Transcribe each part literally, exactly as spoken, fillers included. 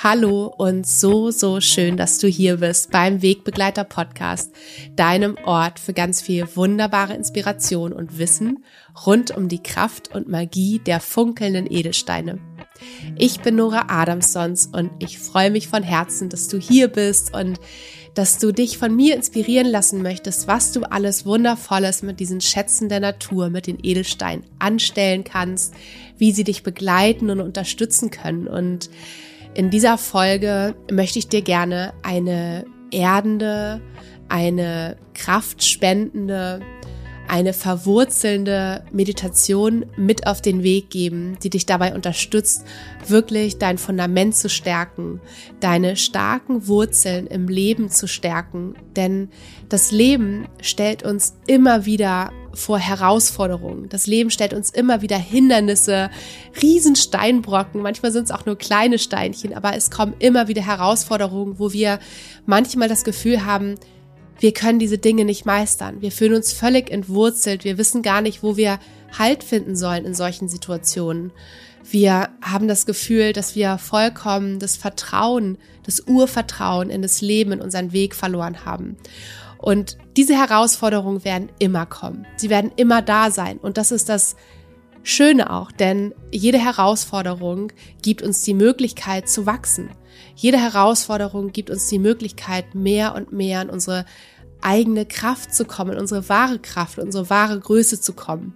Hallo und so, so schön, dass du hier bist beim Wegbegleiter Podcast, deinem Ort für ganz viel wunderbare Inspiration und Wissen rund um die Kraft und Magie der funkelnden Edelsteine. Ich bin Nora Adamsons und ich freue mich von Herzen, dass du hier bist und dass du dich von mir inspirieren lassen möchtest, was du alles Wundervolles mit diesen Schätzen der Natur, mit den Edelsteinen anstellen kannst, wie sie dich begleiten und unterstützen können. Und in dieser Folge möchte ich dir gerne eine erdende, eine kraftspendende, eine verwurzelnde Meditation mit auf den Weg geben, die dich dabei unterstützt, wirklich dein Fundament zu stärken, deine starken Wurzeln im Leben zu stärken. Denn das Leben stellt uns immer wieder vor Herausforderungen. Das Leben stellt uns immer wieder Hindernisse, Riesensteinbrocken. Manchmal sind es auch nur kleine Steinchen, aber es kommen immer wieder Herausforderungen, wo wir manchmal das Gefühl haben, wir können diese Dinge nicht meistern. Wir fühlen uns völlig entwurzelt. Wir wissen gar nicht, wo wir Halt finden sollen in solchen Situationen. Wir haben das Gefühl, dass wir vollkommen das Vertrauen, das Urvertrauen in das Leben, in unseren Weg verloren haben. Und diese Herausforderungen werden immer kommen. Sie werden immer da sein. Und das ist das Schöne auch, denn jede Herausforderung gibt uns die Möglichkeit zu wachsen. Jede Herausforderung gibt uns die Möglichkeit, mehr und mehr in unsere eigene Kraft zu kommen, in unsere wahre Kraft, in unsere wahre Größe zu kommen.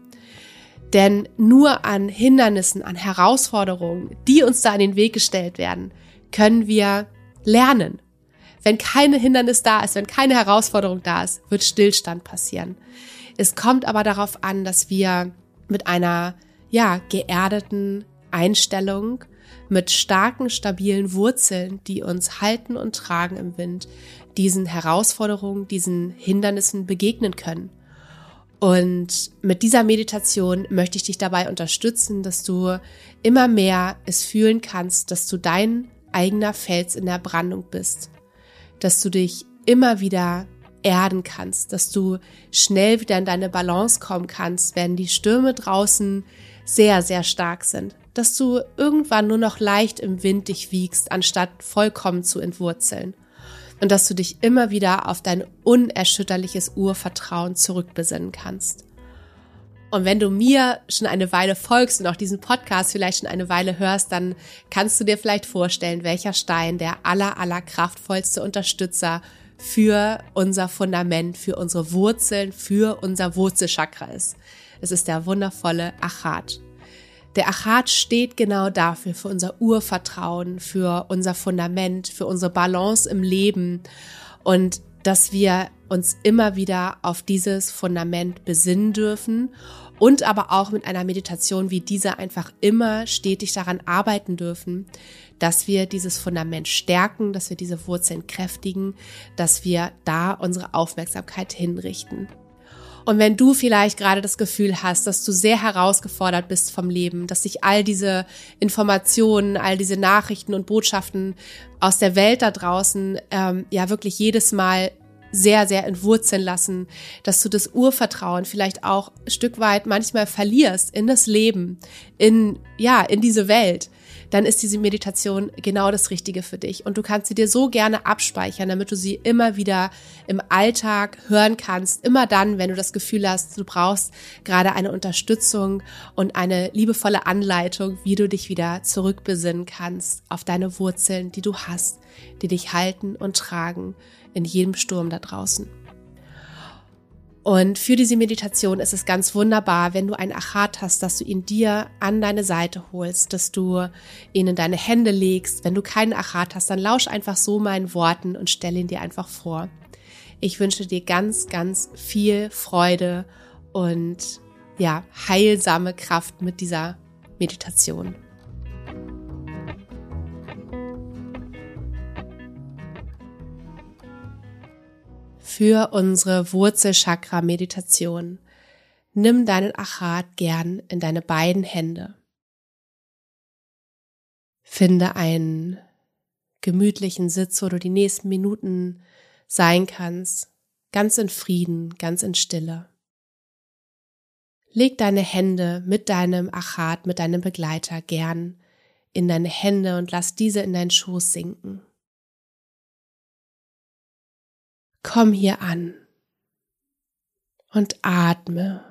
Denn nur an Hindernissen, an Herausforderungen, die uns da in den Weg gestellt werden, können wir lernen. Wenn keine Hindernis da ist, wenn keine Herausforderung da ist, wird Stillstand passieren. Es kommt aber darauf an, dass wir mit einer, ja, geerdeten Einstellung, mit starken, stabilen Wurzeln, die uns halten und tragen im Wind, diesen Herausforderungen, diesen Hindernissen begegnen können. Und mit dieser Meditation möchte ich dich dabei unterstützen, dass du immer mehr es fühlen kannst, dass du dein eigener Fels in der Brandung bist, dass du dich immer wieder erden kannst, dass du schnell wieder in deine Balance kommen kannst, wenn die Stürme draußen sehr, sehr stark sind, dass du irgendwann nur noch leicht im Wind dich wiegst, anstatt vollkommen zu entwurzeln und dass du dich immer wieder auf dein unerschütterliches Urvertrauen zurückbesinnen kannst. Und wenn du mir schon eine Weile folgst und auch diesen Podcast vielleicht schon eine Weile hörst, dann kannst du dir vielleicht vorstellen, welcher Stein der aller, aller kraftvollste Unterstützer für unser Fundament, für unsere Wurzeln, für unser Wurzelchakra ist. Es ist der wundervolle Achat. Der Achat steht genau dafür, für unser Urvertrauen, für unser Fundament, für unsere Balance im Leben und dass wir uns immer wieder auf dieses Fundament besinnen dürfen und aber auch mit einer Meditation wie dieser einfach immer stetig daran arbeiten dürfen, dass wir dieses Fundament stärken, dass wir diese Wurzeln kräftigen, dass wir da unsere Aufmerksamkeit hinrichten. Und wenn du vielleicht gerade das Gefühl hast, dass du sehr herausgefordert bist vom Leben, dass dich all diese Informationen, all diese Nachrichten und Botschaften aus der Welt da draußen ähm, ja wirklich jedes Mal sehr, sehr entwurzeln lassen, dass du das Urvertrauen vielleicht auch ein Stück weit manchmal verlierst in das Leben, in, ja, in diese Welt, dann ist diese Meditation genau das Richtige für dich. Und du kannst sie dir so gerne abspeichern, damit du sie immer wieder im Alltag hören kannst. Immer dann, wenn du das Gefühl hast, du brauchst gerade eine Unterstützung und eine liebevolle Anleitung, wie du dich wieder zurückbesinnen kannst auf deine Wurzeln, die du hast, die dich halten und tragen in jedem Sturm da draußen. Und für diese Meditation ist es ganz wunderbar, wenn du einen Achat hast, dass du ihn dir an deine Seite holst, dass du ihn in deine Hände legst. Wenn du keinen Achat hast, dann lausch einfach so meinen Worten und stell ihn dir einfach vor. Ich wünsche dir ganz, ganz viel Freude und ja, heilsame Kraft mit dieser Meditation. Für unsere Wurzelchakra-Meditation nimm deinen Achat gern in deine beiden Hände. Finde einen gemütlichen Sitz, wo du die nächsten Minuten sein kannst, ganz in Frieden, ganz in Stille. Leg deine Hände mit deinem Achat, mit deinem Begleiter gern in deine Hände und lass diese in deinen Schoß sinken. Komm hier an und atme.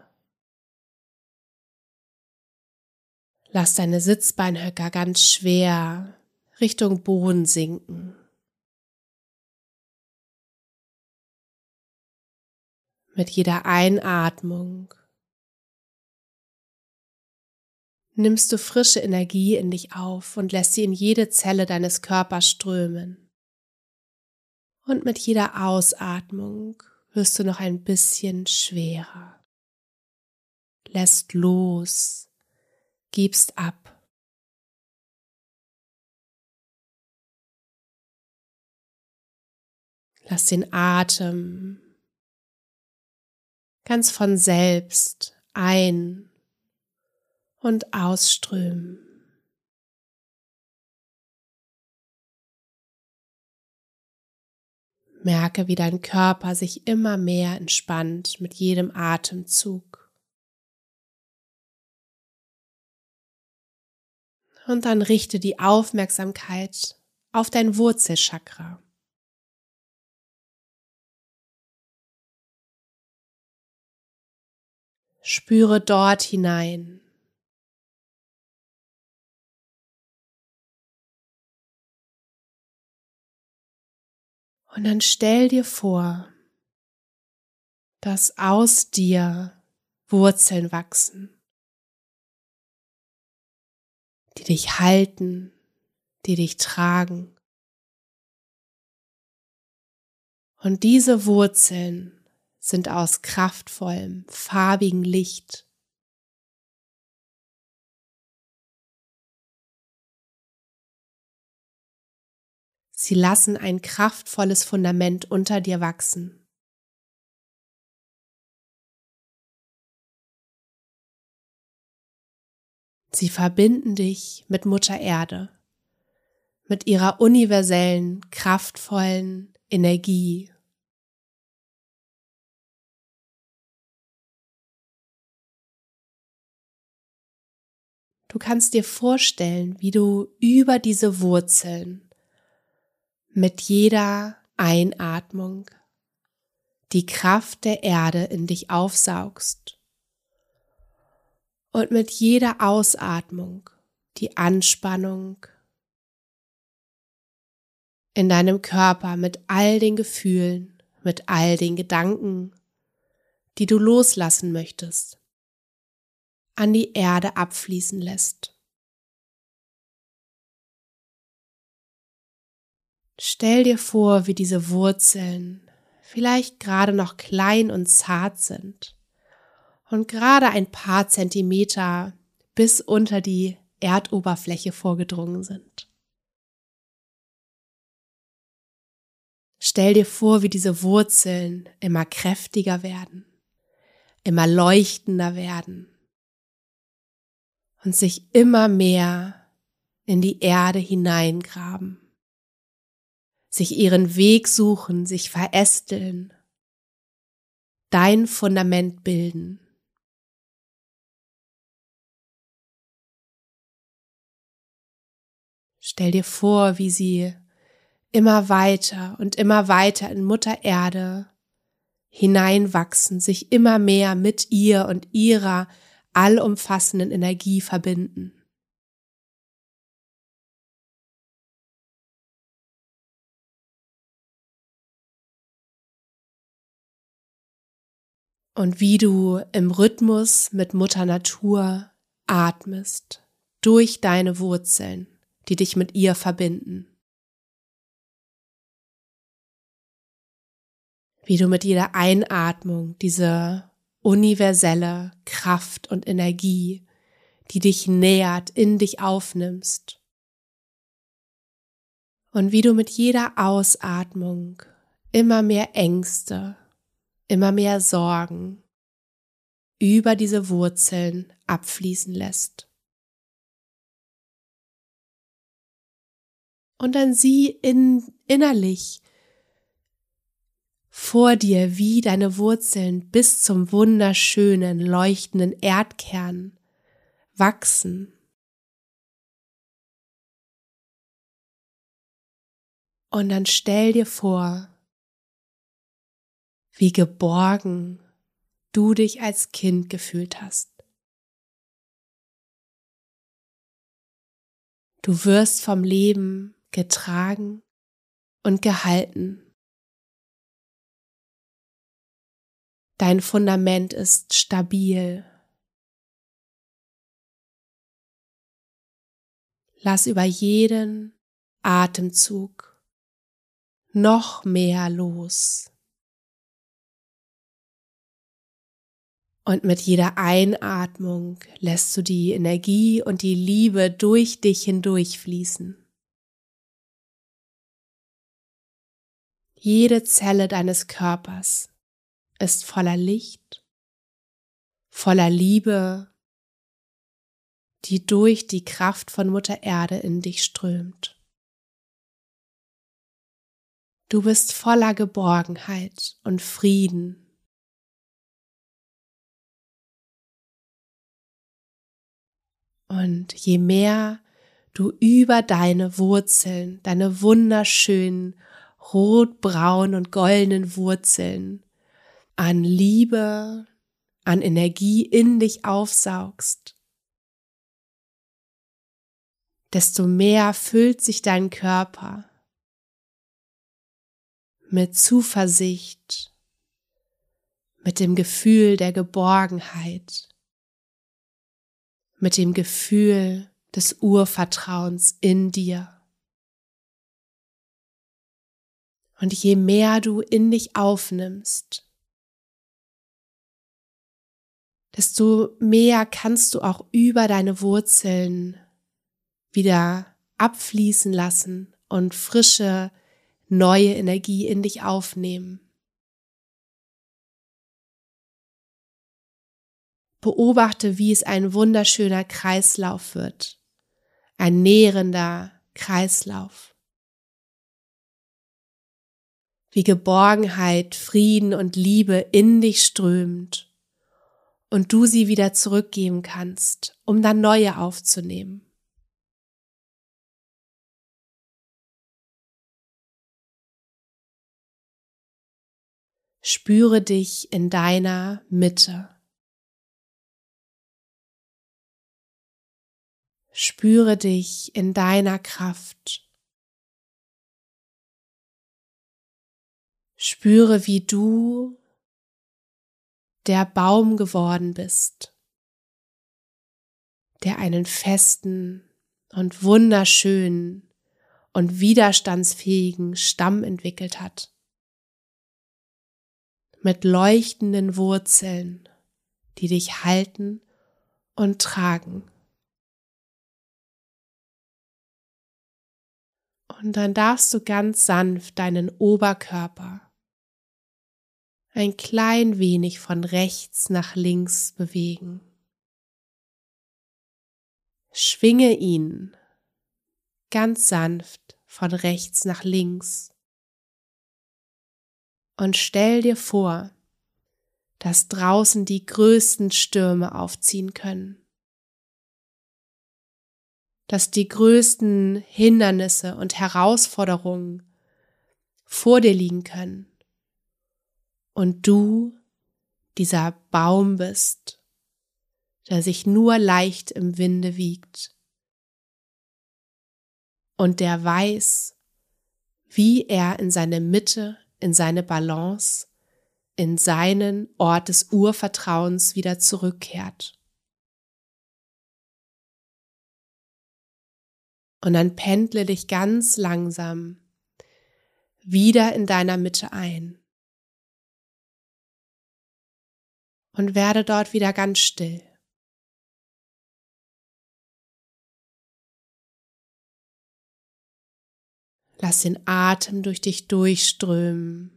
Lass deine Sitzbeinhöcker ganz schwer Richtung Boden sinken. Mit jeder Einatmung nimmst du frische Energie in dich auf und lässt sie in jede Zelle deines Körpers strömen. Und mit jeder Ausatmung wirst du noch ein bisschen schwerer. Lässt los, gibst ab. Lass den Atem ganz von selbst ein- und ausströmen. Merke, wie dein Körper sich immer mehr entspannt mit jedem Atemzug. Und dann richte die Aufmerksamkeit auf dein Wurzelchakra. Spüre dort hinein. Und dann stell dir vor, dass aus dir Wurzeln wachsen, die dich halten, die dich tragen. Und diese Wurzeln sind aus kraftvollem, farbigem Licht. Sie lassen ein kraftvolles Fundament unter dir wachsen. Sie verbinden dich mit Mutter Erde, mit ihrer universellen, kraftvollen Energie. Du kannst dir vorstellen, wie du über diese Wurzeln mit jeder Einatmung die Kraft der Erde in dich aufsaugst und mit jeder Ausatmung die Anspannung in deinem Körper mit all den Gefühlen, mit all den Gedanken, die du loslassen möchtest, an die Erde abfließen lässt. Stell dir vor, wie diese Wurzeln vielleicht gerade noch klein und zart sind und gerade ein paar Zentimeter bis unter die Erdoberfläche vorgedrungen sind. Stell dir vor, wie diese Wurzeln immer kräftiger werden, immer leuchtender werden und sich immer mehr in die Erde hineingraben, sich ihren Weg suchen, sich verästeln, dein Fundament bilden. Stell dir vor, wie sie immer weiter und immer weiter in Mutter Erde hineinwachsen, sich immer mehr mit ihr und ihrer allumfassenden Energie verbinden. Und wie du im Rhythmus mit Mutter Natur atmest, durch deine Wurzeln, die dich mit ihr verbinden. Wie du mit jeder Einatmung diese universelle Kraft und Energie, die dich nährt, in dich aufnimmst. Und wie du mit jeder Ausatmung immer mehr Ängste, immer mehr Sorgen über diese Wurzeln abfließen lässt. Und dann sieh in, innerlich vor dir, wie deine Wurzeln bis zum wunderschönen, leuchtenden Erdkern wachsen. Und dann stell dir vor, wie geborgen du dich als Kind gefühlt hast. Du wirst vom Leben getragen und gehalten. Dein Fundament ist stabil. Lass über jeden Atemzug noch mehr los. Und mit jeder Einatmung lässt du die Energie und die Liebe durch dich hindurch fließen. Jede Zelle deines Körpers ist voller Licht, voller Liebe, die durch die Kraft von Mutter Erde in dich strömt. Du bist voller Geborgenheit und Frieden. Und je mehr du über deine Wurzeln, deine wunderschönen rot-braun und goldenen Wurzeln an Liebe, an Energie in dich aufsaugst, desto mehr füllt sich dein Körper mit Zuversicht, mit dem Gefühl der Geborgenheit, mit dem Gefühl des Urvertrauens in dir. Und je mehr du in dich aufnimmst, desto mehr kannst du auch über deine Wurzeln wieder abfließen lassen und frische, neue Energie in dich aufnehmen. Beobachte, wie es ein wunderschöner Kreislauf wird, ein nährender Kreislauf. Wie Geborgenheit, Frieden und Liebe in dich strömt und du sie wieder zurückgeben kannst, um dann neue aufzunehmen. Spüre dich in deiner Mitte. Spüre dich in deiner Kraft. Spüre, wie du der Baum geworden bist, der einen festen und wunderschönen und widerstandsfähigen Stamm entwickelt hat. Mit leuchtenden Wurzeln, die dich halten und tragen. Und dann darfst du ganz sanft deinen Oberkörper ein klein wenig von rechts nach links bewegen. Schwinge ihn ganz sanft von rechts nach links. Und stell dir vor, dass draußen die größten Stürme aufziehen können, dass die größten Hindernisse und Herausforderungen vor dir liegen können und du dieser Baum bist, der sich nur leicht im Winde wiegt und der weiß, wie er in seine Mitte, in seine Balance, in seinen Ort des Urvertrauens wieder zurückkehrt. Und dann pendle dich ganz langsam wieder in deiner Mitte ein und werde dort wieder ganz still. Lass den Atem durch dich durchströmen.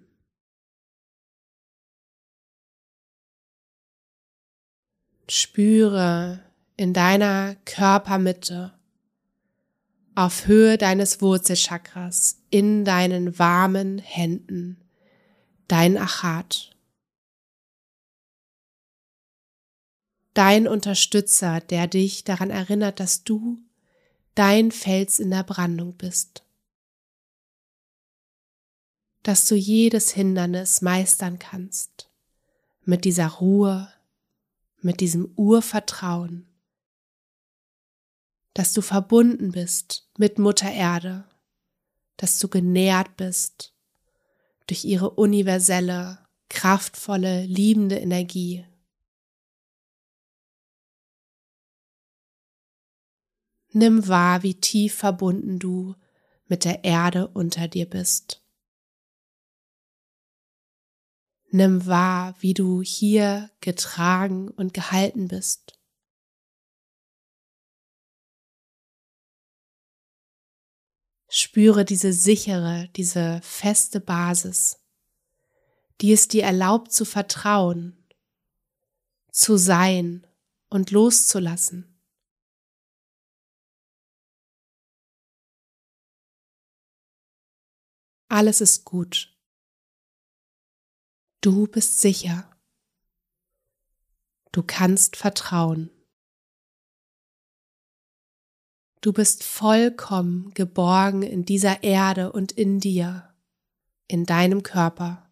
Spüre in deiner Körpermitte auf Höhe deines Wurzelchakras in deinen warmen Händen dein Achat. Dein Unterstützer, der dich daran erinnert, dass du dein Fels in der Brandung bist. dass du jedes Hindernis meistern kannst, mit dieser Ruhe, mit diesem Urvertrauen, dass du verbunden bist mit Mutter Erde, dass du genährt bist durch ihre universelle, kraftvolle, liebende Energie. Nimm wahr, wie tief verbunden du mit der Erde unter dir bist. Nimm wahr, wie du hier getragen und gehalten bist. Spüre diese sichere, diese feste Basis, die es dir erlaubt zu vertrauen, zu sein und loszulassen. Alles ist gut. Du bist sicher. Du kannst vertrauen. Du bist vollkommen geborgen in dieser Erde und in dir, in deinem Körper.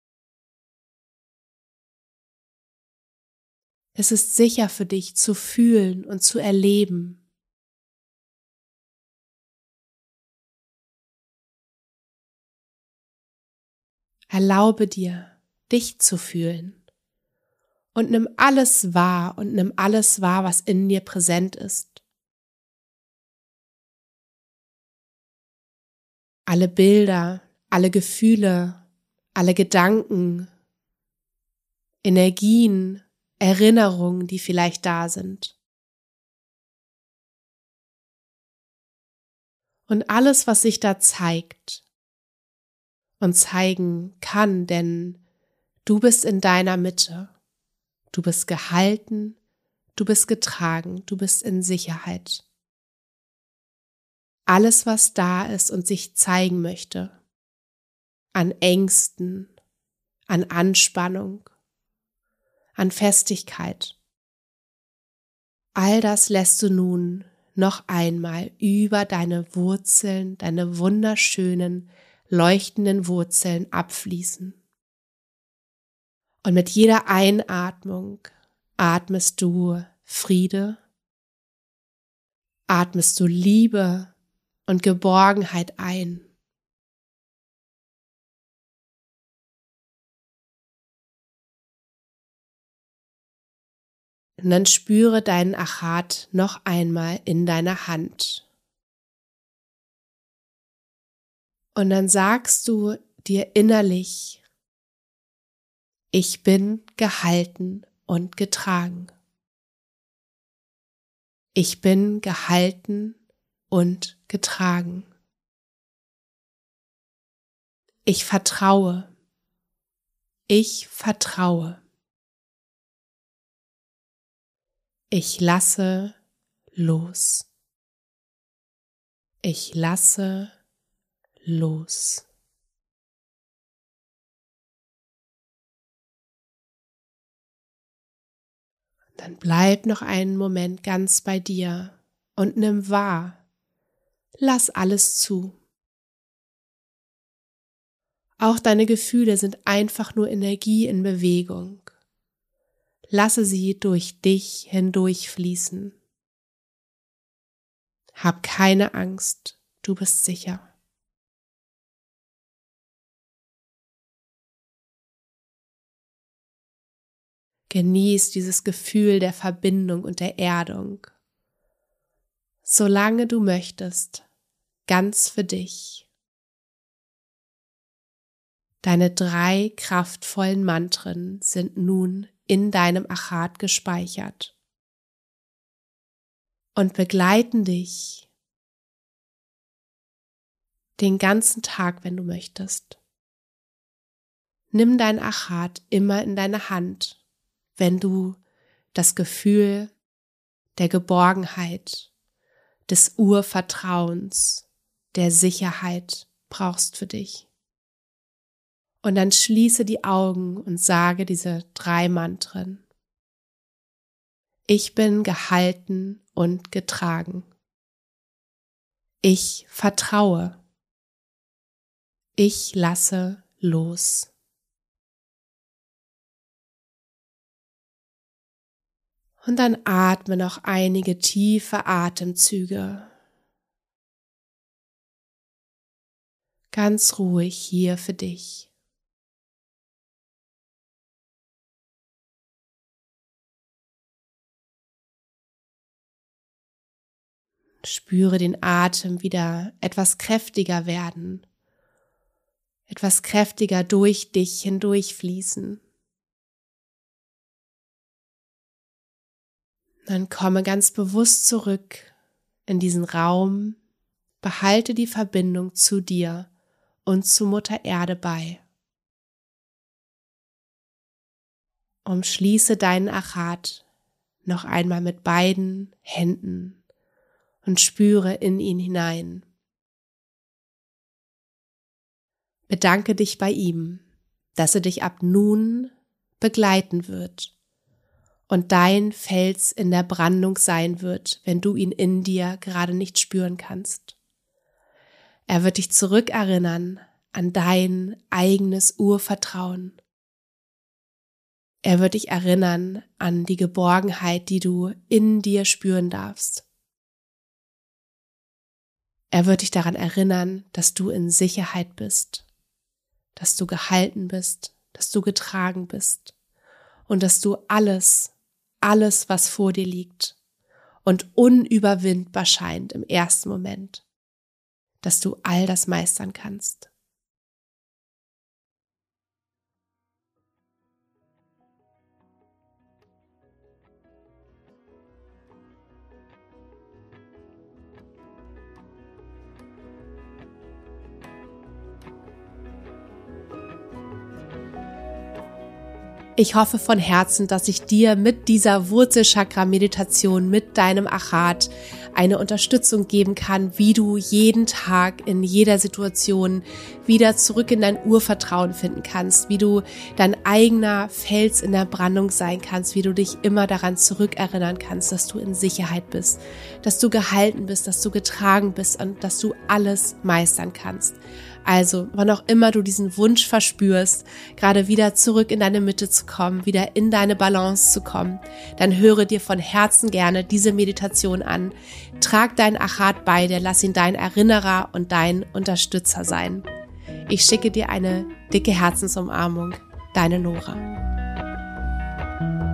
Es ist sicher für dich zu fühlen und zu erleben. Erlaube dir, dich zu fühlen und nimm alles wahr und nimm alles wahr, was in dir präsent ist. Alle Bilder, alle Gefühle, alle Gedanken, Energien, Erinnerungen, die vielleicht da sind. Und alles, was sich da zeigt und zeigen kann, denn du bist in deiner Mitte. Du bist gehalten, du bist getragen, du bist in Sicherheit. Alles, was da ist und sich zeigen möchte, an Ängsten, an Anspannung, an Festigkeit, all das lässt du nun noch einmal über deine Wurzeln, deine wunderschönen, leuchtenden Wurzeln abfließen. Und mit jeder Einatmung atmest du Friede, atmest du Liebe und Geborgenheit ein. Und dann spüre deinen Achat noch einmal in deiner Hand. Und dann sagst du dir innerlich: Ich bin gehalten und getragen. Ich bin gehalten und getragen. Ich vertraue. Ich vertraue. Ich lasse los. Ich lasse los. Dann bleib noch einen Moment ganz bei dir und nimm wahr. Lass alles zu. Auch deine Gefühle sind einfach nur Energie in Bewegung. Lasse sie durch dich hindurchfließen. Hab keine Angst, du bist sicher. Genieß dieses Gefühl der Verbindung und der Erdung, solange du möchtest, ganz für dich. Deine drei kraftvollen Mantren sind nun in deinem Achat gespeichert und begleiten dich den ganzen Tag, wenn du möchtest. Nimm dein Achat immer in deine Hand, wenn du das Gefühl der Geborgenheit, des Urvertrauens, der Sicherheit brauchst für dich. Und dann schließe die Augen und sage diese drei Mantren. Ich bin gehalten und getragen. Ich vertraue. Ich lasse los. Und dann atme noch einige tiefe Atemzüge. Ganz ruhig hier für dich. Spüre den Atem wieder etwas kräftiger werden, etwas kräftiger durch dich hindurchfließen. Dann komme ganz bewusst zurück in diesen Raum, behalte die Verbindung zu dir und zu Mutter Erde bei. Umschließe deinen Achat noch einmal mit beiden Händen und spüre in ihn hinein. Bedanke dich bei ihm, dass er dich ab nun begleiten wird und dein Fels in der Brandung sein wird, wenn du ihn in dir gerade nicht spüren kannst. Er wird dich zurückerinnern an dein eigenes Urvertrauen. Er wird dich erinnern an die Geborgenheit, die du in dir spüren darfst. Er wird dich daran erinnern, dass du in Sicherheit bist, dass du gehalten bist, dass du getragen bist und dass du alles, alles, was vor dir liegt und unüberwindbar scheint im ersten Moment, dass du all das meistern kannst. Ich hoffe von Herzen, dass ich dir mit dieser Wurzelchakra-Meditation, mit deinem Achat eine Unterstützung geben kann, wie du jeden Tag in jeder Situation wieder zurück in dein Urvertrauen finden kannst, wie du dein eigener Fels in der Brandung sein kannst, wie du dich immer daran zurückerinnern kannst, dass du in Sicherheit bist, dass du gehalten bist, dass du getragen bist und dass du alles meistern kannst. Also, wann auch immer du diesen Wunsch verspürst, gerade wieder zurück in deine Mitte zu kommen, wieder in deine Balance zu kommen, dann höre dir von Herzen gerne diese Meditation an. Trag deinen Achat bei dir, lass ihn dein Erinnerer und dein Unterstützer sein. Ich schicke dir eine dicke Herzensumarmung. Deine Nora.